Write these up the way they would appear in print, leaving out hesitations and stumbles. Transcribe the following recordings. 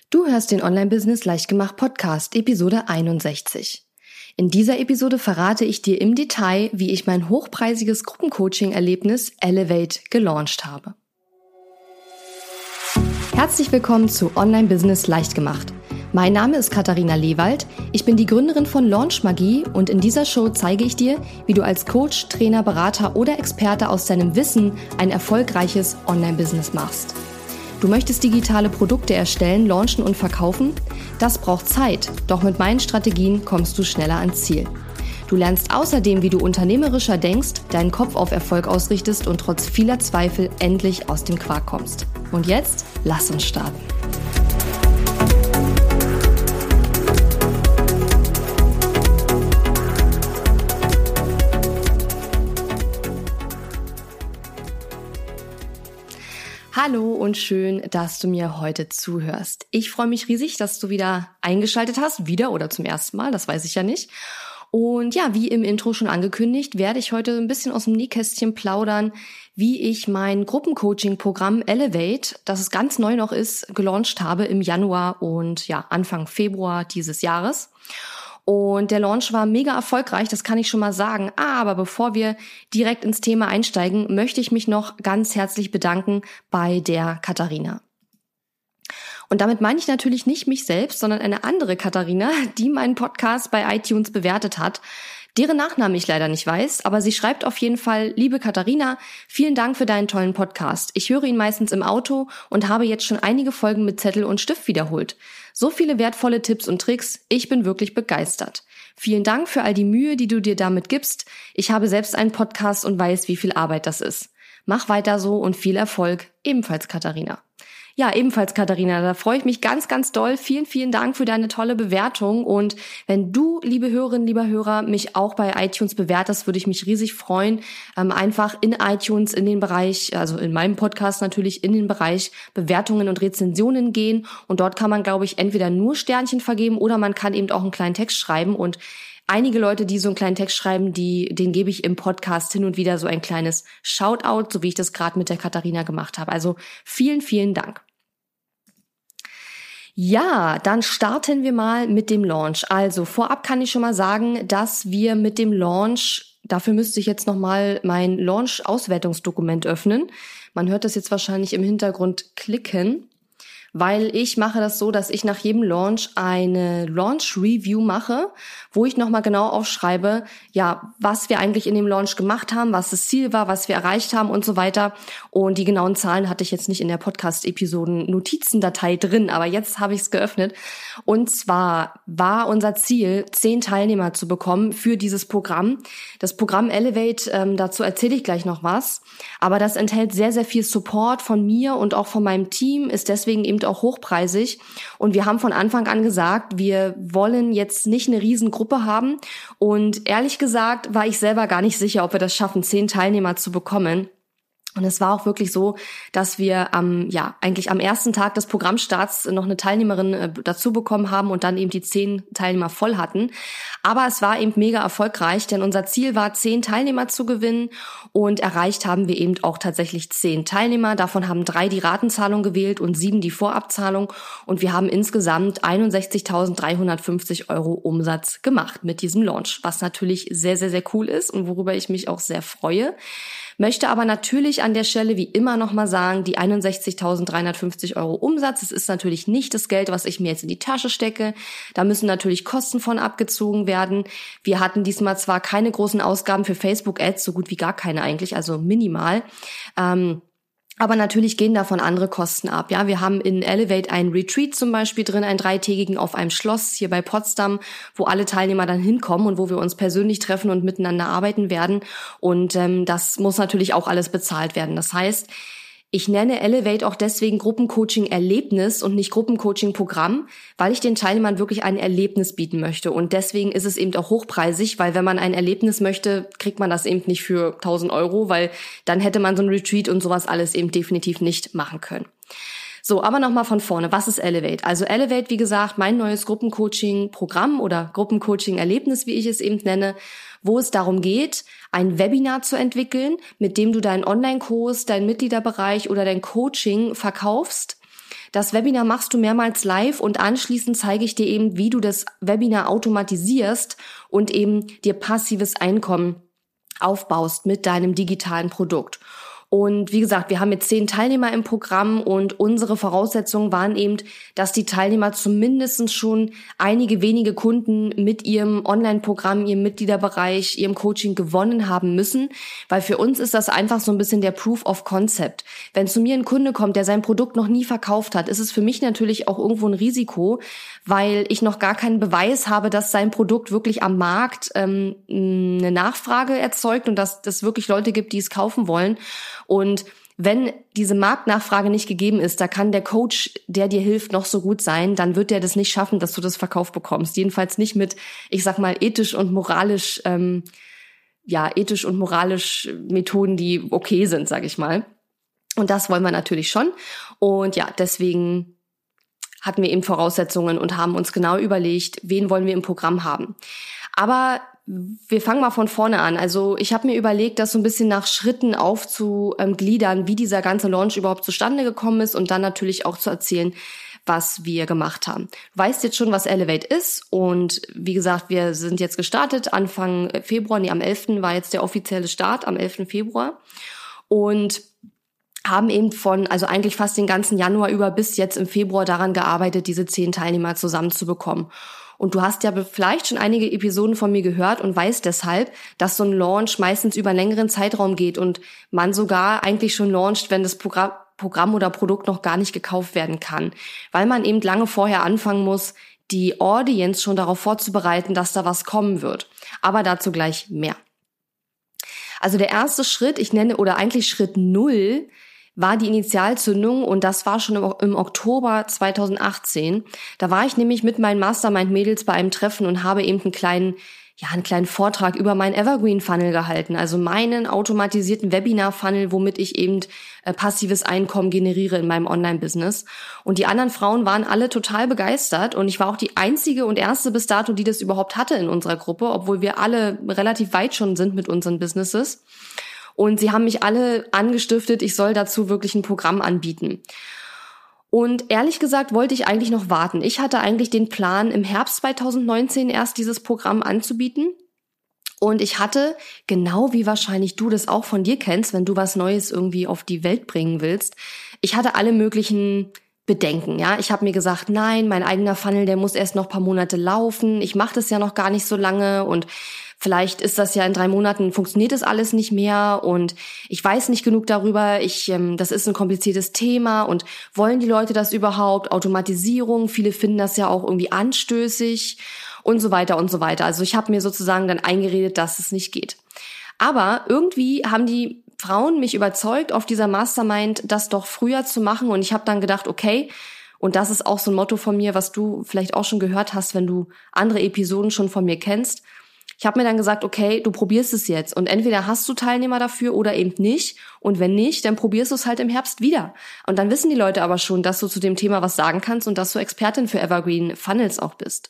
Du hörst den Online-Business Leichtgemacht Podcast, Episode 61. In dieser Episode verrate ich dir im Detail, wie ich mein hochpreisiges Gruppencoaching-Erlebnis Elevate gelauncht habe. Herzlich willkommen zu Online-Business Leichtgemacht. Mein Name ist Katharina Lewald, ich bin die Gründerin von Launch Magie und in dieser Show zeige ich dir, wie du als Coach, Trainer, Berater oder Experte aus deinem Wissen ein erfolgreiches Online-Business machst. Du möchtest digitale Produkte erstellen, launchen und verkaufen? Das braucht Zeit, doch mit meinen Strategien kommst du schneller ans Ziel. Du lernst außerdem, wie du unternehmerischer denkst, deinen Kopf auf Erfolg ausrichtest und trotz vieler Zweifel endlich aus dem Quark kommst. Und jetzt, lass uns starten. Hallo und schön, dass du mir heute zuhörst. Ich freue mich riesig, dass du wieder eingeschaltet hast, wieder oder zum ersten Mal, das weiß ich ja nicht. Und ja, wie im Intro schon angekündigt, werde ich heute ein bisschen aus dem Nähkästchen plaudern, wie ich mein Gruppencoaching-Programm Elevate, das es ganz neu noch ist, gelauncht habe im Januar und ja, Anfang Februar dieses Jahres. Und der Launch war mega erfolgreich, das kann ich schon mal sagen. Aber bevor wir direkt ins Thema einsteigen, möchte ich mich noch ganz herzlich bedanken bei der Katharina. Und damit meine ich natürlich nicht mich selbst, sondern eine andere Katharina, die meinen Podcast bei iTunes bewertet hat, deren Nachnamen ich leider nicht weiß, aber sie schreibt auf jeden Fall: Liebe Katharina, vielen Dank für deinen tollen Podcast. Ich höre ihn meistens im Auto und habe jetzt schon einige Folgen mit Zettel und Stift wiederholt. So viele wertvolle Tipps und Tricks, ich bin wirklich begeistert. Vielen Dank für all die Mühe, die du dir damit gibst. Ich habe selbst einen Podcast und weiß, wie viel Arbeit das ist. Mach weiter so und viel Erfolg, ebenfalls Katharina. Ja, ebenfalls Katharina, da freue ich mich ganz, ganz doll. Vielen, vielen Dank für deine tolle Bewertung. Und wenn du, liebe Hörerinnen, lieber Hörer, mich auch bei iTunes bewertest, würde ich mich riesig freuen. Einfach in iTunes in den Bereich, also in meinem Podcast natürlich, in den Bereich Bewertungen und Rezensionen gehen. Und dort kann man, glaube ich, entweder nur Sternchen vergeben oder man kann eben auch einen kleinen Text schreiben. Und einige Leute, die so einen kleinen Text schreiben, denen gebe ich im Podcast hin und wieder so ein kleines Shoutout, so wie ich das gerade mit der Katharina gemacht habe. Also vielen, vielen Dank. Ja, dann starten wir mal mit dem Launch. Also vorab kann ich schon mal sagen, dass wir mit dem Launch, dafür müsste ich jetzt nochmal mein Launch-Auswertungsdokument öffnen. Man hört das jetzt wahrscheinlich im Hintergrund klicken, weil ich mache das so, dass ich nach jedem Launch eine Launch-Review mache, wo ich nochmal genau aufschreibe, ja, was wir eigentlich in dem Launch gemacht haben, was das Ziel war, was wir erreicht haben und so weiter. Und die genauen Zahlen hatte ich jetzt nicht in der Podcast-Episoden-Notizendatei drin, aber jetzt habe ich es geöffnet. Und zwar war unser Ziel, 10 Teilnehmer zu bekommen für dieses Programm. Das Programm Elevate, dazu erzähle ich gleich noch was, aber das enthält sehr, sehr viel Support von mir und auch von meinem Team, ist deswegen eben auch hochpreisig. Und wir haben von Anfang an gesagt, wir wollen jetzt nicht eine Riesengruppe haben. Und ehrlich gesagt war ich selber gar nicht sicher, ob wir das schaffen, 10 Teilnehmer zu bekommen. Und es war auch wirklich so, dass wir eigentlich am ersten Tag des Programmstarts noch eine Teilnehmerin dazu bekommen haben und dann eben die 10 Teilnehmer voll hatten. Aber es war eben mega erfolgreich, denn unser Ziel war, 10 Teilnehmer zu gewinnen und erreicht haben wir eben auch tatsächlich 10 Teilnehmer. Davon haben 3 die Ratenzahlung gewählt und 7 die Vorabzahlung und wir haben insgesamt 61.350 € Umsatz gemacht mit diesem Launch, was natürlich sehr, sehr, sehr cool ist und worüber ich mich auch sehr freue. Möchte aber natürlich an der Stelle wie immer nochmal sagen, die 61.350 € Umsatz, das ist natürlich nicht das Geld, was ich mir jetzt in die Tasche stecke. Da müssen natürlich Kosten von abgezogen werden. Wir hatten diesmal zwar keine großen Ausgaben für Facebook-Ads, so gut wie gar keine eigentlich, also minimal. Aber natürlich gehen davon andere Kosten ab. Ja, wir haben in Elevate einen Retreat zum Beispiel drin, einen 3-tägigen auf einem Schloss hier bei Potsdam, wo alle Teilnehmer dann hinkommen und wo wir uns persönlich treffen und miteinander arbeiten werden. Und das muss natürlich auch alles bezahlt werden. Das heißt, ich nenne Elevate auch deswegen Gruppencoaching-Erlebnis und nicht Gruppencoaching-Programm, weil ich den Teilnehmern wirklich ein Erlebnis bieten möchte. Und deswegen ist es eben auch hochpreisig, weil wenn man ein Erlebnis möchte, kriegt man das eben nicht für 1.000 €, weil dann hätte man so ein Retreat und sowas alles eben definitiv nicht machen können. So, aber nochmal von vorne. Was ist Elevate? Also Elevate, wie gesagt, mein neues Gruppencoaching-Programm oder Gruppencoaching-Erlebnis, wie ich es eben nenne, wo es darum geht, ein Webinar zu entwickeln, mit dem du deinen Online-Kurs, deinen Mitgliederbereich oder dein Coaching verkaufst. Das Webinar machst du mehrmals live und anschließend zeige ich dir eben, wie du das Webinar automatisierst und eben dir passives Einkommen aufbaust mit deinem digitalen Produkt. Und wie gesagt, wir haben jetzt 10 Teilnehmer im Programm und unsere Voraussetzungen waren eben, dass die Teilnehmer zumindest schon einige wenige Kunden mit ihrem Online-Programm, ihrem Mitgliederbereich, ihrem Coaching gewonnen haben müssen, weil für uns ist das einfach so ein bisschen der Proof of Concept. Wenn zu mir ein Kunde kommt, der sein Produkt noch nie verkauft hat, ist es für mich natürlich auch irgendwo ein Risiko, weil ich noch gar keinen Beweis habe, dass sein Produkt wirklich am Markt eine Nachfrage erzeugt und dass es wirklich Leute gibt, die es kaufen wollen. Und wenn diese Marktnachfrage nicht gegeben ist, da kann der Coach, der dir hilft, noch so gut sein, dann wird der das nicht schaffen, dass du das verkauft bekommst. Jedenfalls nicht mit, ich sag mal, ethisch und moralisch Methoden, die okay sind, sag ich mal. Und das wollen wir natürlich schon. Und ja, deswegen hatten wir eben Voraussetzungen und haben uns genau überlegt, wen wollen wir im Programm haben. Aber wir fangen mal von vorne an. Also ich habe mir überlegt, das so ein bisschen nach Schritten aufzugliedern, wie dieser ganze Launch überhaupt zustande gekommen ist und dann natürlich auch zu erzählen, was wir gemacht haben. Du weißt jetzt schon, was Elevate ist und wie gesagt, wir sind jetzt gestartet Anfang Februar, am 11. war jetzt der offizielle Start, am 11. Februar und haben eben eigentlich fast den ganzen Januar über bis jetzt im Februar daran gearbeitet, diese 10 Teilnehmer zusammenzubekommen. Und du hast ja vielleicht schon einige Episoden von mir gehört und weißt deshalb, dass so ein Launch meistens über einen längeren Zeitraum geht und man sogar eigentlich schon launcht, wenn das Programm oder Produkt noch gar nicht gekauft werden kann. Weil man eben lange vorher anfangen muss, die Audience schon darauf vorzubereiten, dass da was kommen wird. Aber dazu gleich mehr. Also der erste Schritt, eigentlich Schritt 0, war die Initialzündung und das war schon im Oktober 2018. Da war ich nämlich mit meinen Mastermind-Mädels bei einem Treffen und habe eben einen kleinen Vortrag über meinen Evergreen-Funnel gehalten, also meinen automatisierten Webinar-Funnel, womit ich eben passives Einkommen generiere in meinem Online-Business. Und die anderen Frauen waren alle total begeistert und ich war auch die einzige und erste bis dato, die das überhaupt hatte in unserer Gruppe, obwohl wir alle relativ weit schon sind mit unseren Businesses. Und sie haben mich alle angestiftet, ich soll dazu wirklich ein Programm anbieten. Und ehrlich gesagt wollte ich eigentlich noch warten. Ich hatte eigentlich den Plan, im Herbst 2019 erst dieses Programm anzubieten. Und ich hatte, genau wie wahrscheinlich du das auch von dir kennst, wenn du was Neues irgendwie auf die Welt bringen willst, ich hatte alle möglichen Bedenken, ja. Ich habe mir gesagt, nein, mein eigener Funnel, der muss erst noch ein paar Monate laufen. Ich mache das ja noch gar nicht so lange und vielleicht ist das ja in 3 Monaten, funktioniert das alles nicht mehr und ich weiß nicht genug darüber. Das ist ein kompliziertes Thema und wollen die Leute das überhaupt? Automatisierung, viele finden das ja auch irgendwie anstößig und so weiter und so weiter. Also ich habe mir sozusagen dann eingeredet, dass es nicht geht. Aber irgendwie haben die Frauen mich überzeugt, auf dieser Mastermind das doch früher zu machen und ich habe dann gedacht, okay, und das ist auch so ein Motto von mir, was du vielleicht auch schon gehört hast, wenn du andere Episoden schon von mir kennst. Ich habe mir dann gesagt, okay, du probierst es jetzt und entweder hast du Teilnehmer dafür oder eben nicht und wenn nicht, dann probierst du es halt im Herbst wieder. Und dann wissen die Leute aber schon, dass du zu dem Thema was sagen kannst und dass du Expertin für Evergreen Funnels auch bist.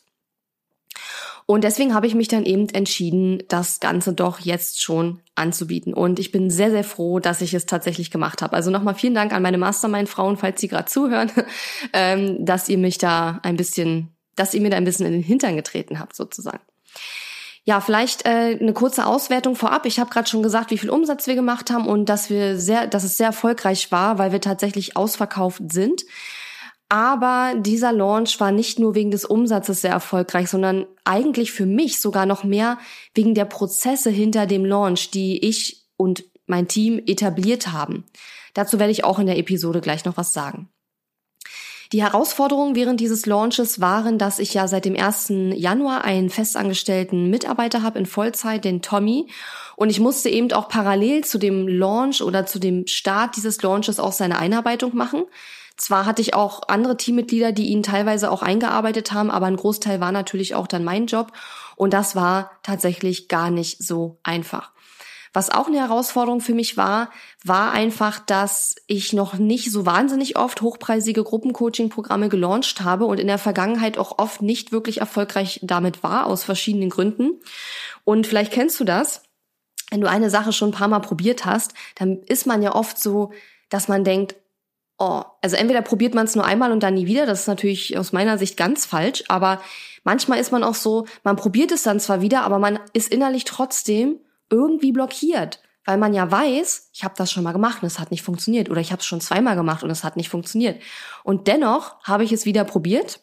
Und deswegen habe ich mich dann eben entschieden, das Ganze doch jetzt schon anzubieten. Und ich bin sehr, sehr froh, dass ich es tatsächlich gemacht habe. Also nochmal vielen Dank an meine Mastermind-Frauen, falls sie gerade zuhören, dass ihr mir da ein bisschen in den Hintern getreten habt, sozusagen. Ja, vielleicht eine kurze Auswertung vorab. Ich habe gerade schon gesagt, wie viel Umsatz wir gemacht haben und dass es sehr erfolgreich war, weil wir tatsächlich ausverkauft sind. Aber dieser Launch war nicht nur wegen des Umsatzes sehr erfolgreich, sondern eigentlich für mich sogar noch mehr wegen der Prozesse hinter dem Launch, die ich und mein Team etabliert haben. Dazu werde ich auch in der Episode gleich noch was sagen. Die Herausforderungen während dieses Launches waren, dass ich ja seit dem 1. Januar einen festangestellten Mitarbeiter habe in Vollzeit, den Tommy. Und ich musste eben auch parallel zu dem Launch oder zu dem Start dieses Launches auch seine Einarbeitung machen. Zwar hatte ich auch andere Teammitglieder, die ihn teilweise auch eingearbeitet haben, aber ein Großteil war natürlich auch dann mein Job. Und das war tatsächlich gar nicht so einfach. Was auch eine Herausforderung für mich war einfach, dass ich noch nicht so wahnsinnig oft hochpreisige Gruppencoaching-Programme gelauncht habe und in der Vergangenheit auch oft nicht wirklich erfolgreich damit war, aus verschiedenen Gründen. Und vielleicht kennst du das, wenn du eine Sache schon ein paar Mal probiert hast, dann ist man ja oft so, dass man denkt, also entweder probiert man es nur einmal und dann nie wieder, das ist natürlich aus meiner Sicht ganz falsch, aber manchmal ist man auch so, man probiert es dann zwar wieder, aber man ist innerlich trotzdem irgendwie blockiert, weil man ja weiß, ich habe das schon mal gemacht und es hat nicht funktioniert oder ich habe es schon zweimal gemacht und es hat nicht funktioniert. Und dennoch habe ich es wieder probiert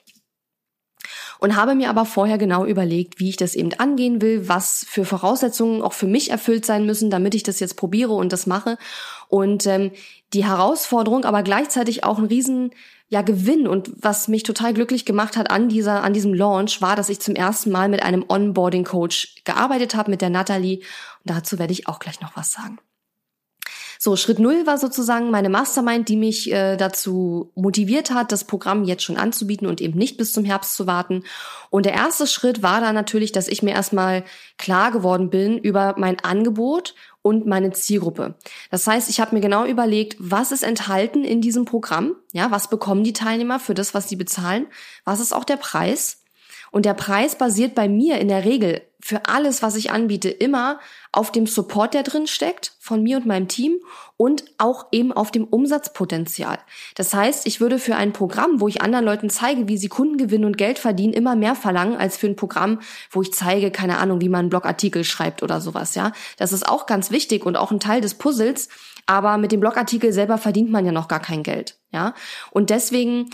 und habe mir aber vorher genau überlegt, wie ich das eben angehen will, was für Voraussetzungen auch für mich erfüllt sein müssen, damit ich das jetzt probiere und das mache. Und die Herausforderung, aber gleichzeitig auch ein riesen Gewinn und was mich total glücklich gemacht hat an diesem Launch war, dass ich zum ersten Mal mit einem Onboarding-Coach gearbeitet habe, mit der Nathalie. Und dazu werde ich auch gleich noch was sagen. So, Schritt 0 war sozusagen meine Mastermind, die mich dazu motiviert hat, das Programm jetzt schon anzubieten und eben nicht bis zum Herbst zu warten. Und der erste Schritt war dann natürlich, dass ich mir erstmal klar geworden bin über mein Angebot und meine Zielgruppe. Das heißt, ich habe mir genau überlegt, was ist enthalten in diesem Programm? Ja, was bekommen die Teilnehmer für das, was sie bezahlen? Was ist auch der Preis? Und der Preis basiert bei mir in der Regel für alles, was ich anbiete, immer auf dem Support, der drin steckt, von mir und meinem Team und auch eben auf dem Umsatzpotenzial. Das heißt, ich würde für ein Programm, wo ich anderen Leuten zeige, wie sie Kunden gewinnen und Geld verdienen, immer mehr verlangen als für ein Programm, wo ich zeige, keine Ahnung, wie man einen Blogartikel schreibt oder sowas, ja. Das ist auch ganz wichtig und auch ein Teil des Puzzles, aber mit dem Blogartikel selber verdient man ja noch gar kein Geld, ja. Und deswegen,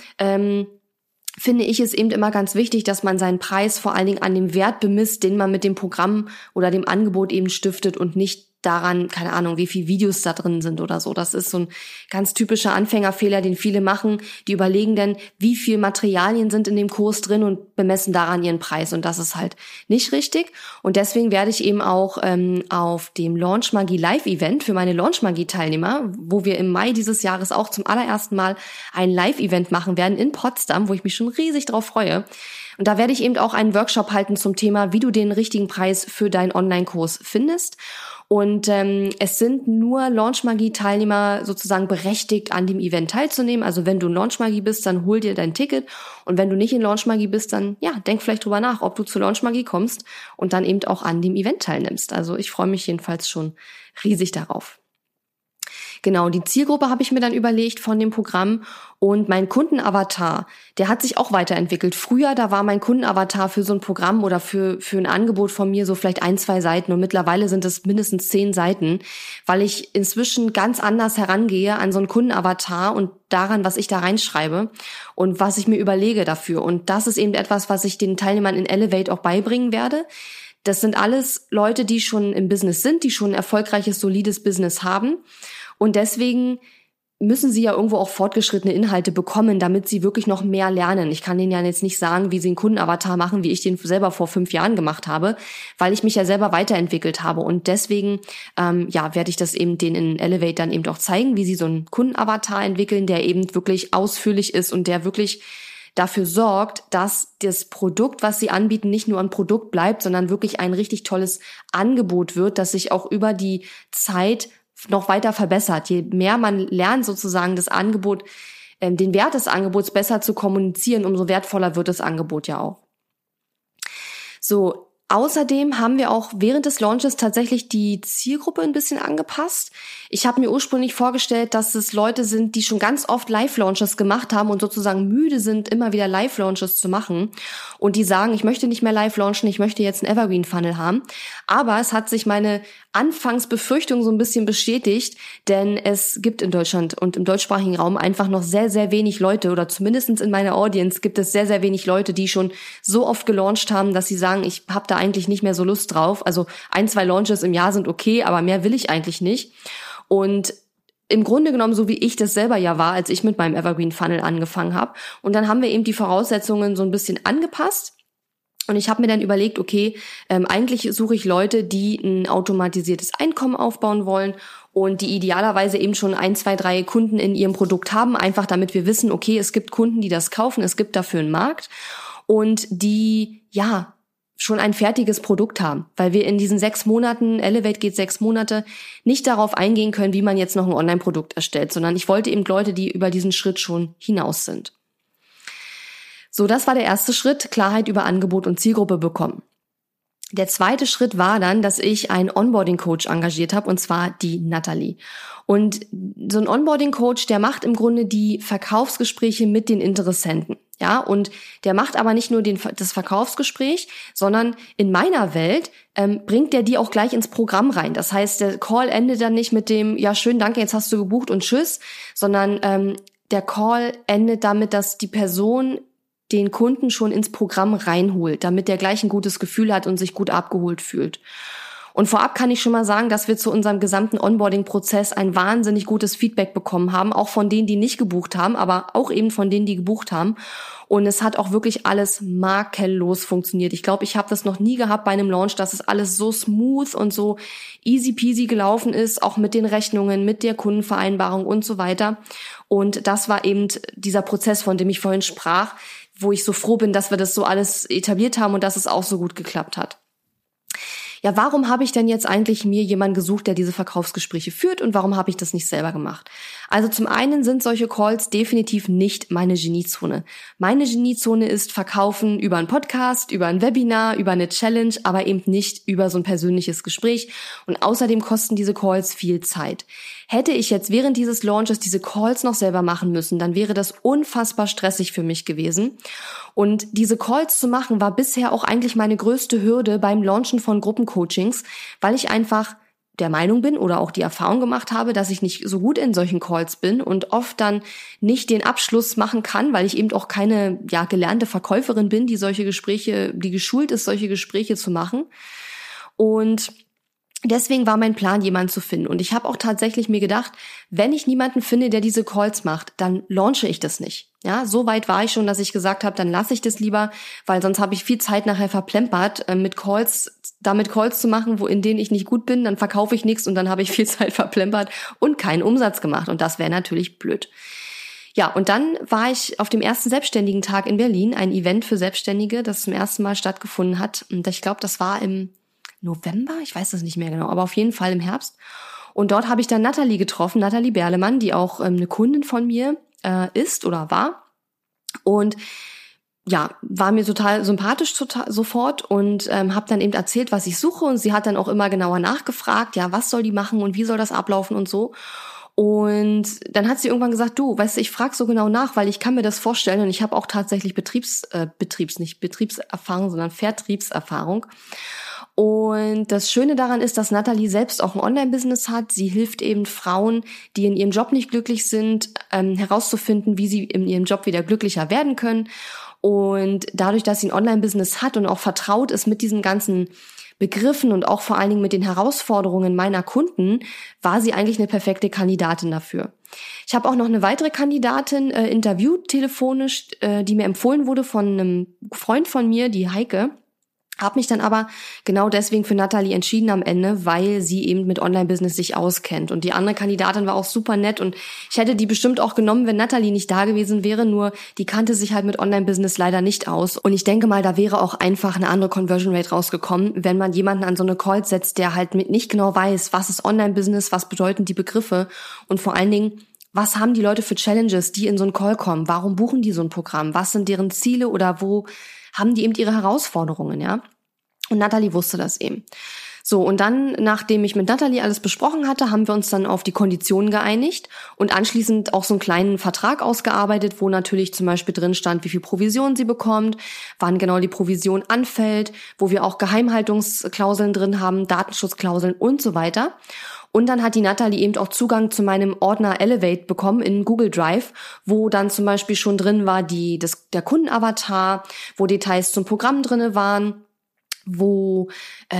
finde ich es eben immer ganz wichtig, dass man seinen Preis vor allen Dingen an dem Wert bemisst, den man mit dem Programm oder dem Angebot eben stiftet und nicht daran, keine Ahnung, wie viele Videos da drin sind oder so. Das ist so ein ganz typischer Anfängerfehler, den viele machen. Die überlegen dann, wie viel Materialien sind in dem Kurs drin und bemessen daran ihren Preis. Und das ist halt nicht richtig. Und deswegen werde ich eben auch auf dem Launch Magie Live Event für meine Launch Magie Teilnehmer, wo wir im Mai dieses Jahres auch zum allerersten Mal ein Live Event machen werden in Potsdam, wo ich mich schon riesig drauf freue. Und da werde ich eben auch einen Workshop halten zum Thema, wie du den richtigen Preis für deinen Online-Kurs findest. Und es sind nur Launch-Magie-Teilnehmer sozusagen berechtigt, an dem Event teilzunehmen. Also wenn du in Launch-Magie bist, dann hol dir dein Ticket. Und wenn du nicht in Launch-Magie bist, dann denk vielleicht drüber nach, ob du zu Launch-Magie kommst und dann eben auch an dem Event teilnimmst. Also ich freue mich jedenfalls schon riesig darauf. Genau, die Zielgruppe habe ich mir dann überlegt von dem Programm und mein Kundenavatar, der hat sich auch weiterentwickelt. Früher, da war mein Kundenavatar für so ein Programm oder für ein Angebot von mir so vielleicht 1, 2 Seiten und mittlerweile sind es mindestens 10 Seiten, weil ich inzwischen ganz anders herangehe an so einen Kundenavatar und daran, was ich da reinschreibe und was ich mir überlege dafür. Und das ist eben etwas, was ich den Teilnehmern in Elevate auch beibringen werde. Das sind alles Leute, die schon im Business sind, die schon ein erfolgreiches, solides Business haben. Und deswegen müssen sie ja irgendwo auch fortgeschrittene Inhalte bekommen, damit sie wirklich noch mehr lernen. Ich kann denen ja jetzt nicht sagen, wie sie einen Kundenavatar machen, wie ich den selber vor 5 Jahren gemacht habe, weil ich mich ja selber weiterentwickelt habe. Und deswegen werde ich das eben denen in Elevate dann eben auch zeigen, wie sie so einen Kundenavatar entwickeln, der eben wirklich ausführlich ist und der wirklich dafür sorgt, dass das Produkt, was sie anbieten, nicht nur ein Produkt bleibt, sondern wirklich ein richtig tolles Angebot wird, das sich auch über die Zeit noch weiter verbessert. Je mehr man lernt, sozusagen das Angebot, den Wert des Angebots besser zu kommunizieren, umso wertvoller wird das Angebot ja auch. So, außerdem haben wir auch während des Launches tatsächlich die Zielgruppe ein bisschen angepasst. Ich habe mir ursprünglich vorgestellt, dass es Leute sind, die schon ganz oft Live-Launches gemacht haben und sozusagen müde sind, immer wieder Live-Launches zu machen. Und die sagen, ich möchte nicht mehr Live-Launchen, ich möchte jetzt einen Evergreen-Funnel haben. Aber es hat sich meine Anfangsbefürchtung so ein bisschen bestätigt, denn es gibt in Deutschland und im deutschsprachigen Raum einfach noch sehr, sehr wenig Leute oder zumindest in meiner Audience gibt es sehr, sehr wenig Leute, die schon so oft gelauncht haben, dass sie sagen, ich habe da eigentlich nicht mehr so Lust drauf. Also 1, 2 Launches im Jahr sind okay, aber mehr will ich eigentlich nicht. Und im Grunde genommen, so wie ich das selber ja war, als ich mit meinem Evergreen Funnel angefangen habe. Und dann haben wir eben die Voraussetzungen so ein bisschen angepasst. Und ich habe mir dann überlegt, okay, eigentlich suche ich Leute, die ein automatisiertes Einkommen aufbauen wollen und die idealerweise eben schon 1, 2, 3 Kunden in ihrem Produkt haben, einfach damit wir wissen, okay, es gibt Kunden, die das kaufen, es gibt dafür einen Markt und die, schon ein fertiges Produkt haben, weil wir in diesen 6 Monaten, Elevate geht 6 Monate, nicht darauf eingehen können, wie man jetzt noch ein Online-Produkt erstellt, sondern ich wollte eben Leute, die über diesen Schritt schon hinaus sind. So, das war der erste Schritt, Klarheit über Angebot und Zielgruppe bekommen. Der zweite Schritt war dann, dass ich einen Onboarding-Coach engagiert habe, und zwar die Nathalie. Und so ein Onboarding-Coach, der macht im Grunde die Verkaufsgespräche mit den Interessenten. Ja, und der macht aber nicht nur das Verkaufsgespräch, sondern in meiner Welt bringt der die auch gleich ins Programm rein. Das heißt, der Call endet dann nicht mit dem, ja schön, danke, jetzt hast du gebucht und tschüss, sondern der Call endet damit, dass die Person den Kunden schon ins Programm reinholt, damit der gleich ein gutes Gefühl hat und sich gut abgeholt fühlt. Und vorab kann ich schon mal sagen, dass wir zu unserem gesamten Onboarding-Prozess ein wahnsinnig gutes Feedback bekommen haben, auch von denen, die nicht gebucht haben, aber auch eben von denen, die gebucht haben. Und es hat auch wirklich alles makellos funktioniert. Ich glaube, ich habe das noch nie gehabt bei einem Launch, dass es alles so smooth und so easy peasy gelaufen ist, auch mit den Rechnungen, mit der Kundenvereinbarung und so weiter. Und das war eben dieser Prozess, von dem ich vorhin sprach, wo ich so froh bin, dass wir das so alles etabliert haben und dass es auch so gut geklappt hat. Ja, warum habe ich denn jetzt eigentlich mir jemanden gesucht, der diese Verkaufsgespräche führt, und warum habe ich das nicht selber gemacht? Also zum einen sind solche Calls definitiv nicht meine Geniezone. Meine Geniezone ist Verkaufen über einen Podcast, über ein Webinar, über eine Challenge, aber eben nicht über so ein persönliches Gespräch. Und außerdem kosten diese Calls viel Zeit. Hätte ich jetzt während dieses Launches diese Calls noch selber machen müssen, dann wäre das unfassbar stressig für mich gewesen. Und diese Calls zu machen, war bisher auch eigentlich meine größte Hürde beim Launchen von Gruppencoachings, weil ich einfach der Meinung bin oder auch die Erfahrung gemacht habe, dass ich nicht so gut in solchen Calls bin und oft dann nicht den Abschluss machen kann, weil ich eben auch keine gelernte Verkäuferin bin, die geschult ist, solche Gespräche zu machen. Und deswegen war mein Plan, jemanden zu finden. Und ich habe auch tatsächlich mir gedacht, wenn ich niemanden finde, der diese Calls macht, dann launche ich das nicht. Ja, so weit war ich schon, dass ich gesagt habe, dann lasse ich das lieber, weil sonst habe ich viel Zeit nachher verplempert, damit Calls zu machen, in denen ich nicht gut bin, dann verkaufe ich nichts und dann habe ich viel Zeit verplempert und keinen Umsatz gemacht. Und das wäre natürlich blöd. Ja, und dann war ich auf dem ersten selbstständigen Tag in Berlin, ein Event für Selbstständige, das zum ersten Mal stattgefunden hat. Und ich glaube, das war im November, ich weiß das nicht mehr genau, aber auf jeden Fall im Herbst. Und dort habe ich dann Nathalie getroffen, Nathalie Berlemann, die auch eine Kundin von mir ist oder war. Und ja, war mir total sympathisch sofort und habe dann eben erzählt, was ich suche. Und sie hat dann auch immer genauer nachgefragt, ja, was soll die machen und wie soll das ablaufen und so. Und dann hat sie irgendwann gesagt, du, weißt du, ich frage so genau nach, weil ich kann mir das vorstellen und ich habe auch tatsächlich Betriebserfahrung, sondern Vertriebserfahrung. Und das Schöne daran ist, dass Nathalie selbst auch ein Online-Business hat. Sie hilft eben Frauen, die in ihrem Job nicht glücklich sind, herauszufinden, wie sie in ihrem Job wieder glücklicher werden können. Und dadurch, dass sie ein Online-Business hat und auch vertraut ist mit diesen ganzen Begriffen und auch vor allen Dingen mit den Herausforderungen meiner Kunden, war sie eigentlich eine perfekte Kandidatin dafür. Ich habe auch noch eine weitere Kandidatin interviewt telefonisch, die mir empfohlen wurde von einem Freund von mir, die Heike. Habe mich dann aber genau deswegen für Nathalie entschieden am Ende, weil sie eben mit Online-Business sich auskennt. Und die andere Kandidatin war auch super nett und ich hätte die bestimmt auch genommen, wenn Nathalie nicht da gewesen wäre, nur die kannte sich halt mit Online-Business leider nicht aus. Und ich denke mal, da wäre auch einfach eine andere Conversion Rate rausgekommen, wenn man jemanden an so eine Call setzt, der halt nicht genau weiß, was ist Online-Business, was bedeuten die Begriffe und vor allen Dingen, was haben die Leute für Challenges, die in so einen Call kommen? Warum buchen die so ein Programm? Was sind deren Ziele oder wo haben die eben ihre Herausforderungen, ja? Und Nathalie wusste das eben. So, und dann, nachdem ich mit Nathalie alles besprochen hatte, haben wir uns dann auf die Konditionen geeinigt und anschließend auch so einen kleinen Vertrag ausgearbeitet, wo natürlich zum Beispiel drin stand, wie viel Provision sie bekommt, wann genau die Provision anfällt, wo wir auch Geheimhaltungsklauseln drin haben, Datenschutzklauseln und so weiter. Und dann hat die Nathalie eben auch Zugang zu meinem Ordner Elevate bekommen in Google Drive, wo dann zum Beispiel schon drin war der Kundenavatar, wo Details zum Programm drinne waren, wo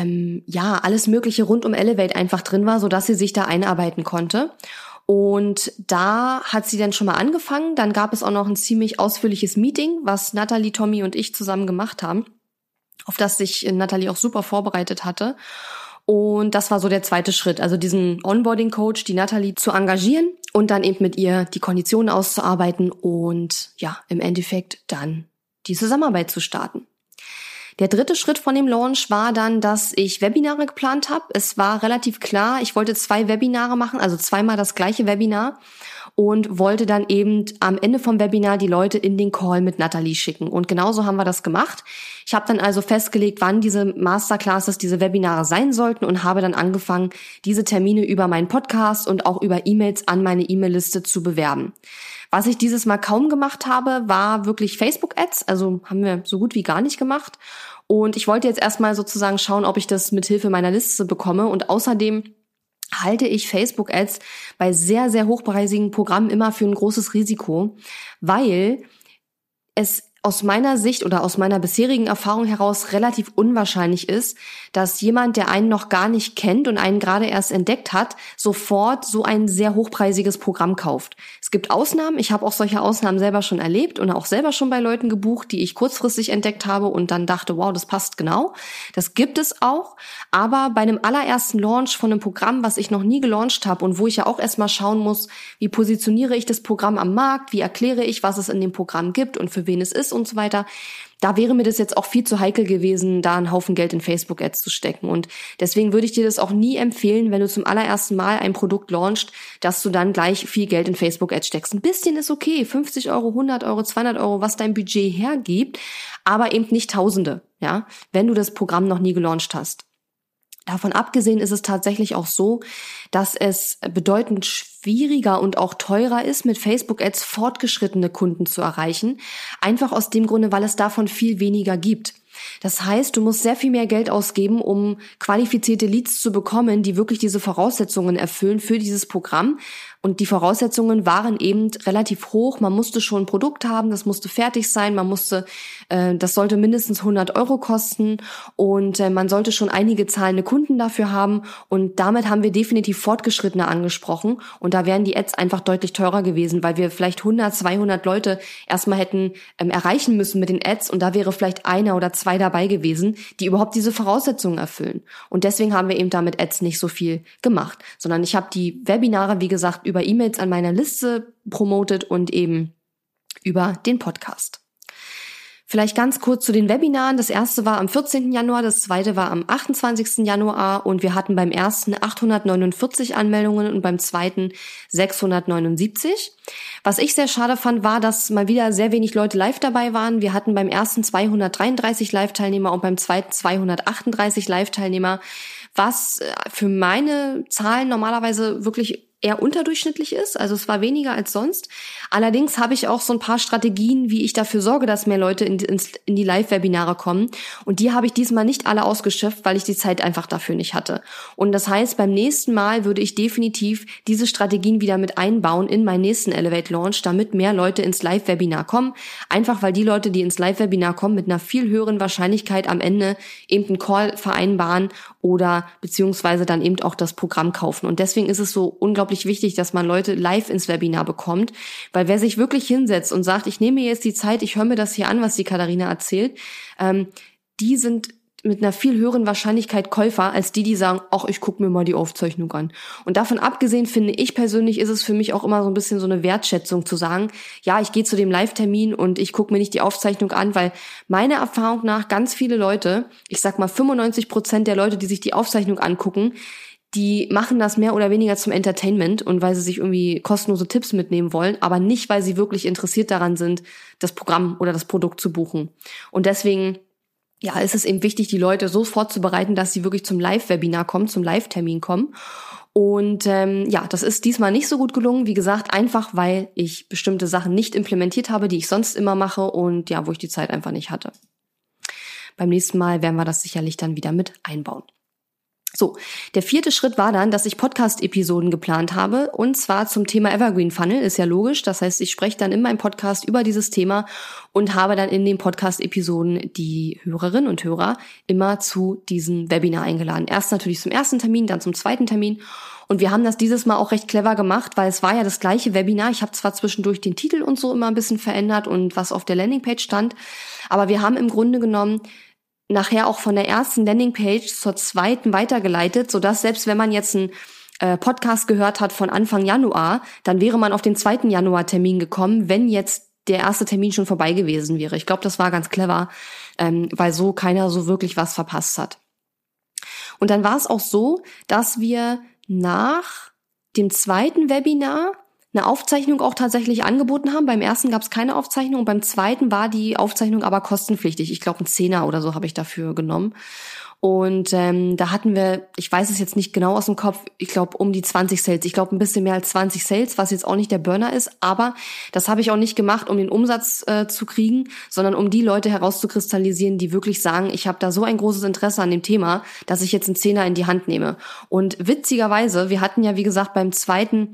alles Mögliche rund um Elevate einfach drin war, sodass sie sich da einarbeiten konnte. Und da hat sie dann schon mal angefangen. Dann gab es auch noch ein ziemlich ausführliches Meeting, was Nathalie, Tommy und ich zusammen gemacht haben, auf das sich Nathalie auch super vorbereitet hatte. Und das war so der zweite Schritt, also diesen Onboarding-Coach, die Nathalie zu engagieren und dann eben mit ihr die Konditionen auszuarbeiten und ja, im Endeffekt dann die Zusammenarbeit zu starten. Der dritte Schritt von dem Launch war dann, dass ich Webinare geplant habe. Es war relativ klar, ich wollte 2 Webinare machen, also zweimal das gleiche Webinar. und wollte dann eben am Ende vom Webinar die Leute in den Call mit Nathalie schicken. Und genauso haben wir das gemacht. Ich habe dann also festgelegt, wann diese Masterclasses, diese Webinare sein sollten und habe dann angefangen, diese Termine über meinen Podcast und auch über E-Mails an meine E-Mail-Liste zu bewerben. Was ich dieses Mal kaum gemacht habe, war wirklich Facebook-Ads, also haben wir so gut wie gar nicht gemacht. Und ich wollte jetzt erstmal sozusagen schauen, ob ich das mit Hilfe meiner Liste bekomme. Und außerdem halte ich Facebook-Ads bei sehr, sehr hochpreisigen Programmen immer für ein großes Risiko, weil es aus meiner Sicht oder aus meiner bisherigen Erfahrung heraus relativ unwahrscheinlich ist, dass jemand, der einen noch gar nicht kennt und einen gerade erst entdeckt hat, sofort so ein sehr hochpreisiges Programm kauft. Es gibt Ausnahmen, ich habe auch solche Ausnahmen selber schon erlebt und auch selber schon bei Leuten gebucht, die ich kurzfristig entdeckt habe und dann dachte, wow, das passt genau. Das gibt es auch, aber bei einem allerersten Launch von einem Programm, was ich noch nie gelauncht habe und wo ich ja auch erstmal schauen muss, wie positioniere ich das Programm am Markt, wie erkläre ich, was es in dem Programm gibt und für wen es ist und so weiter. Da wäre mir das jetzt auch viel zu heikel gewesen, da einen Haufen Geld in Facebook-Ads zu stecken. Und deswegen würde ich dir das auch nie empfehlen, wenn du zum allerersten Mal ein Produkt launchst, dass du dann gleich viel Geld in Facebook-Ads steckst. Ein bisschen ist okay, 50 Euro, 100 Euro, 200 Euro, was dein Budget hergibt, aber eben nicht Tausende, ja, wenn du das Programm noch nie gelauncht hast. Davon abgesehen ist es tatsächlich auch so, dass es bedeutend schwieriger und auch teurer ist, mit Facebook-Ads fortgeschrittene Kunden zu erreichen. Einfach aus dem Grunde, weil es davon viel weniger gibt. Das heißt, du musst sehr viel mehr Geld ausgeben, um qualifizierte Leads zu bekommen, die wirklich diese Voraussetzungen erfüllen für dieses Programm. Und die Voraussetzungen waren eben relativ hoch. Man musste schon ein Produkt haben, das musste fertig sein, das sollte mindestens 100 Euro kosten und man sollte schon einige zahlende Kunden dafür haben. Und damit haben wir definitiv Fortgeschrittene angesprochen. Und da wären die Ads einfach deutlich teurer gewesen, weil wir vielleicht 100, 200 Leute erstmal hätten erreichen müssen mit den Ads. Und da wäre vielleicht einer oder zwei dabei gewesen, die überhaupt diese Voraussetzungen erfüllen. Und deswegen haben wir eben damit Ads nicht so viel gemacht, sondern ich habe die Webinare, wie gesagt, über E-Mails an meiner Liste promotet und eben über den Podcast. Vielleicht ganz kurz zu den Webinaren. Das erste war am 14. Januar, das zweite war am 28. Januar und wir hatten beim ersten 849 Anmeldungen und beim zweiten 679. Was ich sehr schade fand, war, dass mal wieder sehr wenig Leute live dabei waren. Wir hatten beim ersten 233 Live-Teilnehmer und beim zweiten 238 Live-Teilnehmer, was für meine Zahlen normalerweise wirklich eher unterdurchschnittlich ist, also es war weniger als sonst. Allerdings habe ich auch so ein paar Strategien, wie ich dafür sorge, dass mehr Leute in die Live-Webinare kommen und die habe ich diesmal nicht alle ausgeschöpft, weil ich die Zeit einfach dafür nicht hatte. Und das heißt, beim nächsten Mal würde ich definitiv diese Strategien wieder mit einbauen in meinen nächsten Elevate Launch, damit mehr Leute ins Live-Webinar kommen, einfach weil die Leute, die ins Live-Webinar kommen, mit einer viel höheren Wahrscheinlichkeit am Ende eben einen Call vereinbaren oder beziehungsweise dann eben auch das Programm kaufen. Und deswegen ist es so unglaublich wichtig, dass man Leute live ins Webinar bekommt, weil wer sich wirklich hinsetzt und sagt, ich nehme mir jetzt die Zeit, ich höre mir das hier an, was die Katharina erzählt, die sind mit einer viel höheren Wahrscheinlichkeit Käufer, als die sagen, ach, ich gucke mir mal die Aufzeichnung an. Und davon abgesehen, finde ich persönlich, ist es für mich auch immer so ein bisschen so eine Wertschätzung zu sagen, ja, ich gehe zu dem Live-Termin und ich gucke mir nicht die Aufzeichnung an, weil meiner Erfahrung nach ganz viele Leute, ich sag mal 95% der Leute, die sich die Aufzeichnung angucken, die machen das mehr oder weniger zum Entertainment und weil sie sich irgendwie kostenlose Tipps mitnehmen wollen, aber nicht, weil sie wirklich interessiert daran sind, das Programm oder das Produkt zu buchen. Und deswegen, ja, ist es eben wichtig, die Leute so vorzubereiten, dass sie wirklich zum Live-Webinar kommen, zum Live-Termin kommen. Und das ist diesmal nicht so gut gelungen. Wie gesagt, einfach weil ich bestimmte Sachen nicht implementiert habe, die ich sonst immer mache und ja, wo ich die Zeit einfach nicht hatte. Beim nächsten Mal werden wir das sicherlich dann wieder mit einbauen. So, der vierte Schritt war dann, dass ich Podcast-Episoden geplant habe und zwar zum Thema Evergreen Funnel, ist ja logisch. Das heißt, ich spreche dann in meinem Podcast über dieses Thema und habe dann in den Podcast-Episoden die Hörerinnen und Hörer immer zu diesem Webinar eingeladen. Erst natürlich zum ersten Termin, dann zum zweiten Termin. Und wir haben das dieses Mal auch recht clever gemacht, weil es war ja das gleiche Webinar. Ich habe zwar zwischendurch den Titel und so immer ein bisschen verändert und was auf der Landingpage stand, aber wir haben im Grunde genommen nachher auch von der ersten Landingpage zur zweiten weitergeleitet, sodass selbst wenn man jetzt einen Podcast gehört hat von Anfang Januar, dann wäre man auf den 2. Januar-Termin gekommen, wenn jetzt der erste Termin schon vorbei gewesen wäre. Ich glaube, das war ganz clever, weil so keiner so wirklich was verpasst hat. Und dann war es auch so, dass wir nach dem zweiten Webinar eine Aufzeichnung auch tatsächlich angeboten haben. Beim ersten gab es keine Aufzeichnung und beim zweiten war die Aufzeichnung aber kostenpflichtig. Ich glaube, 1 Zehner oder so habe ich dafür genommen. Und da hatten wir, ich weiß es jetzt nicht genau aus dem Kopf, ich glaube um die 20 Sales. Ich glaube ein bisschen mehr als 20 Sales, was jetzt auch nicht der Burner ist. Aber das habe ich auch nicht gemacht, um den Umsatz zu kriegen, sondern um die Leute herauszukristallisieren, die wirklich sagen, ich habe da so ein großes Interesse an dem Thema, dass ich jetzt 1 Zehner in die Hand nehme. Und witzigerweise, wir hatten ja, wie gesagt, beim zweiten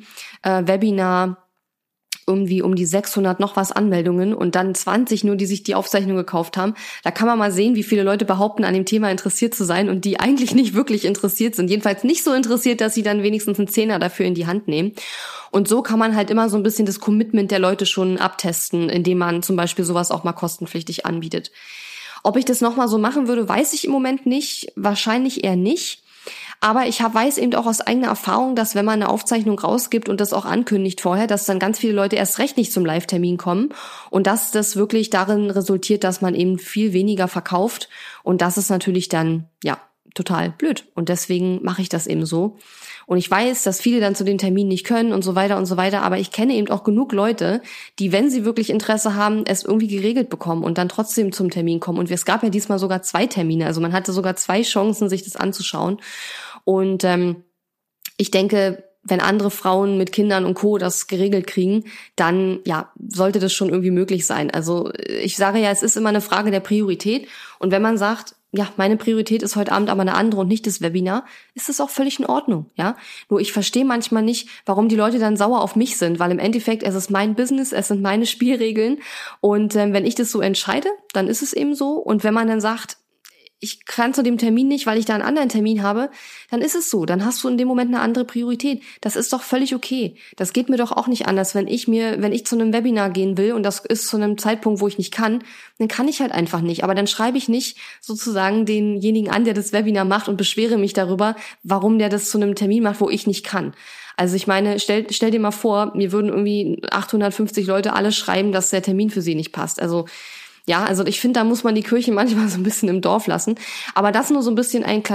Webinar irgendwie um die 600 noch was Anmeldungen und dann 20 nur, die sich die Aufzeichnung gekauft haben. Da kann man mal sehen, wie viele Leute behaupten, an dem Thema interessiert zu sein und die eigentlich nicht wirklich interessiert sind. Jedenfalls nicht so interessiert, dass sie dann wenigstens 1 Zehner dafür in die Hand nehmen. Und so kann man halt immer so ein bisschen das Commitment der Leute schon abtesten, indem man zum Beispiel sowas auch mal kostenpflichtig anbietet. Ob ich das nochmal so machen würde, weiß ich im Moment nicht. Wahrscheinlich eher nicht. Aber ich weiß eben auch aus eigener Erfahrung, dass wenn man eine Aufzeichnung rausgibt und das auch ankündigt vorher, dass dann ganz viele Leute erst recht nicht zum Live-Termin kommen und dass das wirklich darin resultiert, dass man eben viel weniger verkauft. Und das ist natürlich dann, ja, total blöd. Und deswegen mache ich das eben so. Und ich weiß, dass viele dann zu den Terminen nicht können und so weiter und so weiter. Aber ich kenne eben auch genug Leute, die, wenn sie wirklich Interesse haben, es irgendwie geregelt bekommen und dann trotzdem zum Termin kommen. Und es gab ja diesmal sogar 2 Termine. Also man hatte sogar 2 Chancen, sich das anzuschauen. Und ich denke, wenn andere Frauen mit Kindern und Co. das geregelt kriegen, dann ja, sollte das schon irgendwie möglich sein. Also ich sage ja, es ist immer eine Frage der Priorität. Und wenn man sagt, ja, meine Priorität ist heute Abend aber eine andere und nicht das Webinar, ist das auch völlig in Ordnung, ja. Nur ich verstehe manchmal nicht, warum die Leute dann sauer auf mich sind, weil im Endeffekt es ist mein Business, es sind meine Spielregeln und wenn ich das so entscheide, dann ist es eben so. Und wenn man dann sagt, ich kann zu dem Termin nicht, weil ich da einen anderen Termin habe, dann ist es so. Dann hast du in dem Moment eine andere Priorität. Das ist doch völlig okay. Das geht mir doch auch nicht anders, wenn ich zu einem Webinar gehen will und das ist zu einem Zeitpunkt, wo ich nicht kann, dann kann ich halt einfach nicht. Aber dann schreibe ich nicht sozusagen denjenigen an, der das Webinar macht und beschwere mich darüber, warum der das zu einem Termin macht, wo ich nicht kann. Also ich meine, stell dir mal vor, mir würden irgendwie 850 Leute alle schreiben, dass der Termin für sie nicht passt. Also ja, also ich finde, da muss man die Kirche manchmal so ein bisschen im Dorf lassen. Aber das nur so ein bisschen eine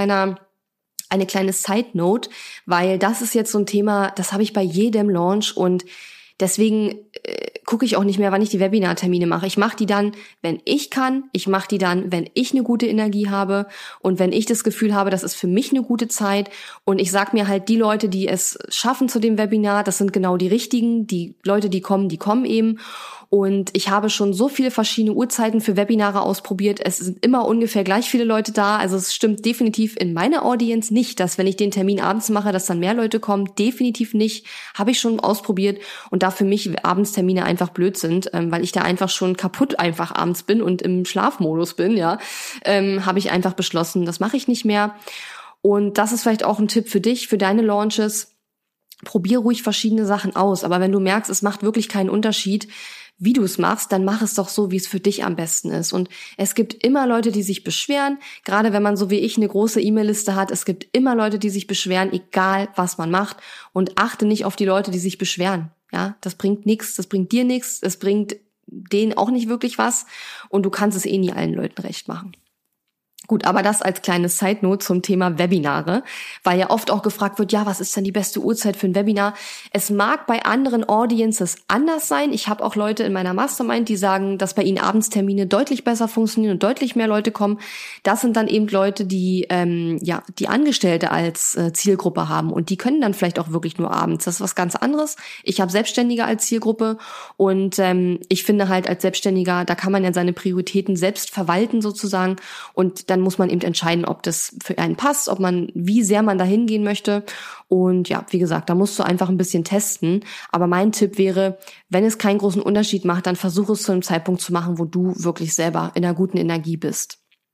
kleine Side-Note, weil das ist jetzt so ein Thema, das habe ich bei jedem Launch und deswegen gucke ich auch nicht mehr, wann ich die Webinartermine mache. Ich mache die dann, wenn ich kann. Ich mache die dann, wenn ich eine gute Energie habe und wenn ich das Gefühl habe, das ist für mich eine gute Zeit. Und ich sag mir halt, die Leute, die es schaffen zu dem Webinar, das sind genau die richtigen. Die Leute, die kommen eben. Und ich habe schon so viele verschiedene Uhrzeiten für Webinare ausprobiert. Es sind immer ungefähr gleich viele Leute da. Also es stimmt definitiv in meiner Audience nicht, dass wenn ich den Termin abends mache, dass dann mehr Leute kommen. Definitiv nicht. Habe ich schon ausprobiert. Und da für mich Abendstermine einfach blöd sind, weil ich da einfach schon kaputt einfach abends bin und im Schlafmodus bin, ja, habe ich einfach beschlossen, das mache ich nicht mehr. Und das ist vielleicht auch ein Tipp für dich, für deine Launches. Probier ruhig verschiedene Sachen aus. Aber wenn du merkst, es macht wirklich keinen Unterschied, wie du es machst, dann mach es doch so, wie es für dich am besten ist. Und es gibt immer Leute, die sich beschweren, gerade wenn man so wie ich eine große E-Mail-Liste hat. Es gibt immer Leute, die sich beschweren, egal was man macht. Und achte nicht auf die Leute, die sich beschweren. Ja, das bringt nichts, das bringt dir nichts, es bringt denen auch nicht wirklich was. Und du kannst es eh nie allen Leuten recht machen. Gut, aber das als kleine Side-Note zum Thema Webinare, weil ja oft auch gefragt wird, ja, was ist denn die beste Uhrzeit für ein Webinar? Es mag bei anderen Audiences anders sein. Ich habe auch Leute in meiner Mastermind, die sagen, dass bei ihnen Abendstermine deutlich besser funktionieren und deutlich mehr Leute kommen. Das sind dann eben Leute, die die Angestellte als Zielgruppe haben und die können dann vielleicht auch wirklich nur abends. Das ist was ganz anderes. Ich habe Selbstständige als Zielgruppe und ich finde halt als Selbstständiger, da kann man ja seine Prioritäten selbst verwalten sozusagen und dann muss man eben entscheiden, ob das für einen passt, wie sehr man da hingehen möchte. Und ja, wie gesagt, da musst du einfach ein bisschen testen. Aber mein Tipp wäre, wenn es keinen großen Unterschied macht, dann versuche es zu einem Zeitpunkt zu machen, wo du wirklich selber in einer guten Energie bist.